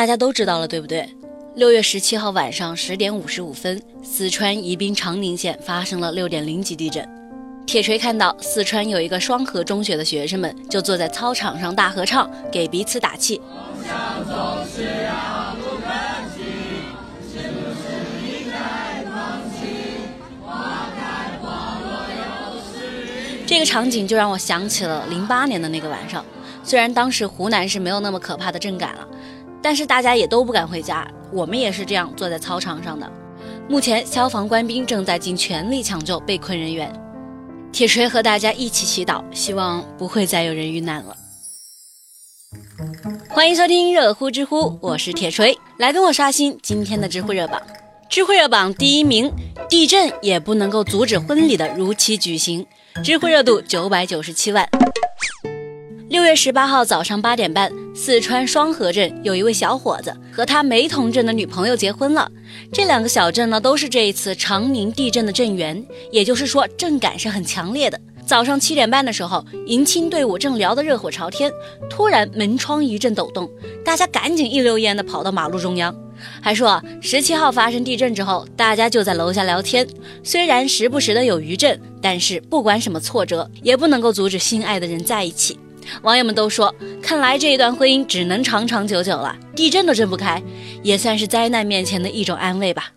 大家都知道了，对不对？6月17号晚上10点55分，四川宜宾长宁县发生了6.0级地震。铁锤看到四川有一个双河中学的学生们就坐在操场上大合唱，给彼此打气。这个场景就让我想起了08年的那个晚上，虽然当时湖南是没有那么可怕的震感了，但是大家也都不敢回家，我们也是这样坐在操场上的。目前消防官兵正在尽全力抢救被困人员。铁锤和大家一起祈祷，希望不会再有人遇难了。欢迎收听热乎知乎，我是铁锤，来跟我刷新今天的知乎热榜。知乎热榜第1名，地震也不能够阻止婚礼的如期举行，知乎热度997万。6月18号早上8点半，四川双河镇有一位小伙子和他梅同镇的女朋友结婚了。这2个小镇呢，都是这一次长宁地震的震源，也就是说震感是很强烈的。早上7点半的时候，迎亲队伍正聊得热火朝天，突然门窗一阵抖动，大家赶紧一溜烟地跑到马路中央。还说17号发生地震之后，大家就在楼下聊天，虽然时不时的有余震，但是不管什么挫折也不能够阻止心爱的人在一起。网友们都说，看来这一段婚姻只能长长久久了，地震都震不开，也算是灾难面前的一种安慰吧。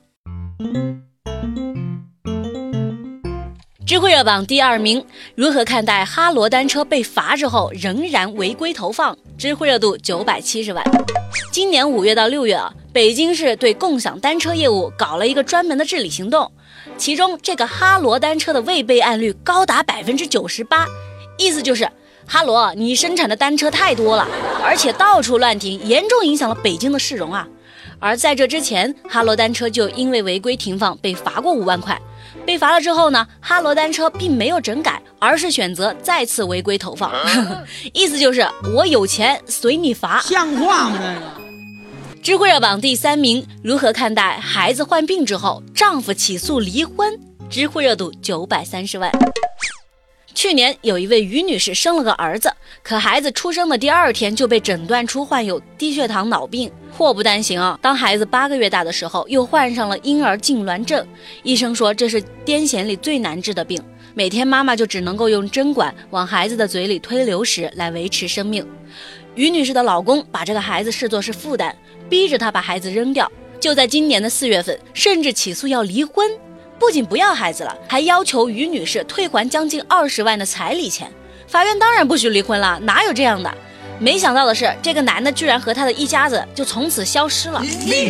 知乎热榜第2名，如何看待哈罗单车被罚之后仍然违规投放，知乎热度970万。今年5月到6月北京市对共享单车业务搞了一个专门的治理行动，其中这个哈罗单车的未备案率高达98%，意思就是哈罗，你生产的单车太多了，而且到处乱停，严重影响了北京的市容啊。而在这之前，哈罗单车就因为违规停放被罚过5万块。被罚了之后呢，哈罗单车并没有整改，而是选择再次违规投放，意思就是我有钱随你罚， 像话吗？这个知乎热榜第3名，如何看待孩子患病之后丈夫起诉离婚，知乎热度930万。去年有一位于女士生了个儿子，可孩子出生的第2天就被诊断出患有低血糖脑病。祸不单行当孩子8个月大的时候，又患上了婴儿痉挛症。医生说这是癫痫里最难治的病，每天妈妈就只能够用针管往孩子的嘴里推流食来维持生命。于女士的老公把这个孩子视作是负担，逼着她把孩子扔掉。就在今年的4月份，甚至起诉要离婚。不仅不要孩子了，还要求于女士退还将近20万的彩礼钱。法院当然不许离婚了，哪有这样的？没想到的是，这个男的居然和他的一家子就从此消失了。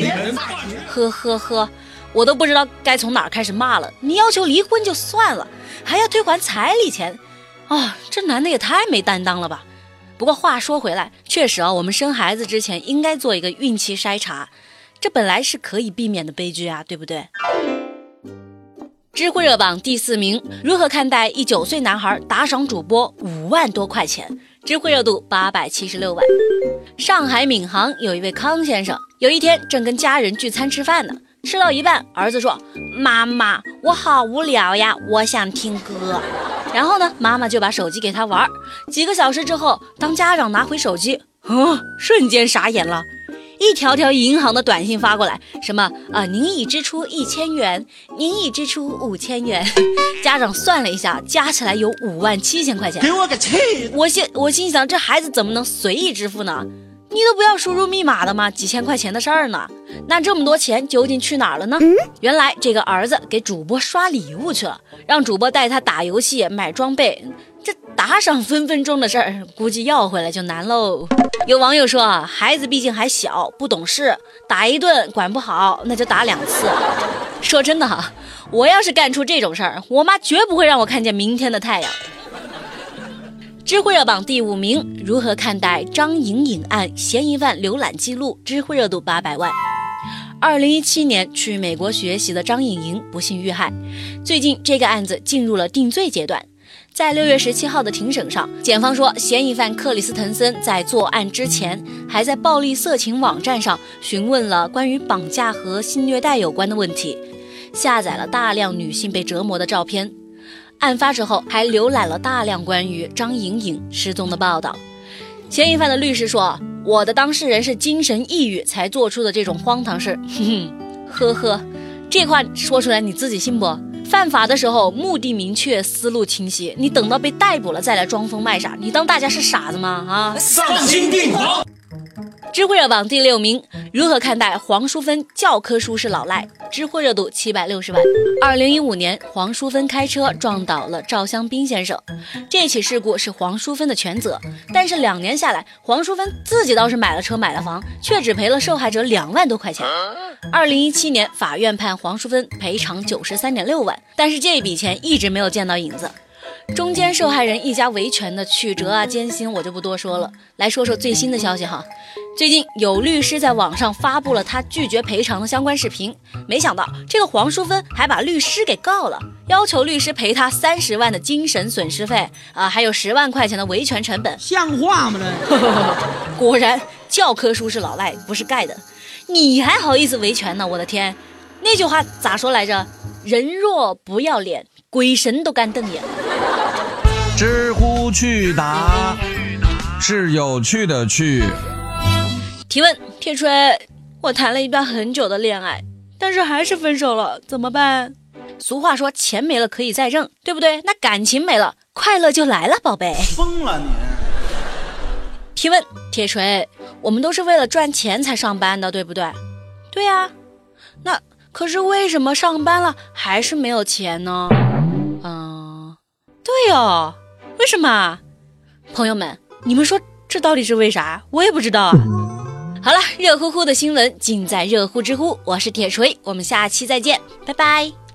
我都不知道该从哪儿开始骂了。你要求离婚就算了，还要退还彩礼钱这男的也太没担当了吧。不过话说回来，确实我们生孩子之前应该做一个孕期筛查，这本来是可以避免的悲剧啊，对不对？知乎热榜第4名，如何看待19岁男孩打赏主播5万多块钱，知乎热度876万。上海闵行有一位康先生，有一天正跟家人聚餐吃饭呢，吃到一半，儿子说，妈妈，我好无聊呀，我想听歌。然后呢，妈妈就把手机给他玩。几个小时之后，当家长拿回手机，瞬间傻眼了，一条条银行的短信发过来，什么您已支出1000元，您已支出5000元。家长算了一下，加起来有57000块钱。 给我个气！ 我心想，这孩子怎么能随意支付呢？你都不要输入密码的吗？几千块钱的事儿呢？那这么多钱究竟去哪儿了呢？原来这个儿子给主播刷礼物去了，让主播带他打游戏买装备，这打赏分分钟的事儿，估计要回来就难喽。有网友说孩子毕竟还小不懂事，打一顿管不好那就打2次。说真的我要是干出这种事儿，我妈绝不会让我看见明天的太阳。知乎热榜第5名，如何看待张颖颖案嫌疑犯浏览记录，知乎热度800万。2017年去美国学习的张颖颖不幸遇害，最近这个案子进入了定罪阶段。在6月17号的庭审上，检方说嫌疑犯克里斯滕森在作案之前，还在暴力色情网站上询问了关于绑架和性虐待有关的问题，下载了大量女性被折磨的照片。案发之后还浏览了大量关于张颖颖失踪的报道。嫌疑犯的律师说， 我的当事人是精神抑郁才做出的这种荒唐事。呵呵，这话说出来你自己信不？犯法的时候目的明确，思路清晰，你等到被逮捕了再来装疯卖傻，你当大家是傻子吗？啊！ 丧心病狂！ 知乎热榜第6名，如何看待黄淑芬教科书是老赖？知乎热度760万。2015年，黄淑芬开车撞倒了赵香斌先生，这起事故是黄淑芬的全责，但是2年下来，黄淑芬自己倒是买了车买了房，却只赔了受害者2万多块钱。2017年，法院判黄淑芬赔偿93.6万，但是这笔钱一直没有见到影子。中间受害人一家维权的曲折啊艰辛我就不多说了，来说说最新的消息哈。最近有律师在网上发布了他拒绝赔偿的相关视频，没想到这个黄淑芬还把律师给告了，要求律师赔他30万的精神损失费还有10万块钱的维权成本。 像话吗这？ 果然教科书是老赖不是盖的，你还好意思维权呢？我的天，那句话咋说来着？人若不要脸，鬼神都敢瞪眼。 知乎去答是有趣的去。 提问：铁锤，我谈了一段很久的恋爱，但是还是分手了，怎么办？俗话说钱没了可以再挣，对不对？那感情没了，快乐就来了，宝贝。 疯了你！ 提问：铁锤，我们都是为了赚钱才上班的，对不对？对呀。那可是为什么上班了还是没有钱呢？对哦，为什么？朋友们，你们说这到底是为啥？我也不知道啊。好了，热乎乎的新闻尽在热乎知乎，我是铁锤，我们下期再见，拜拜。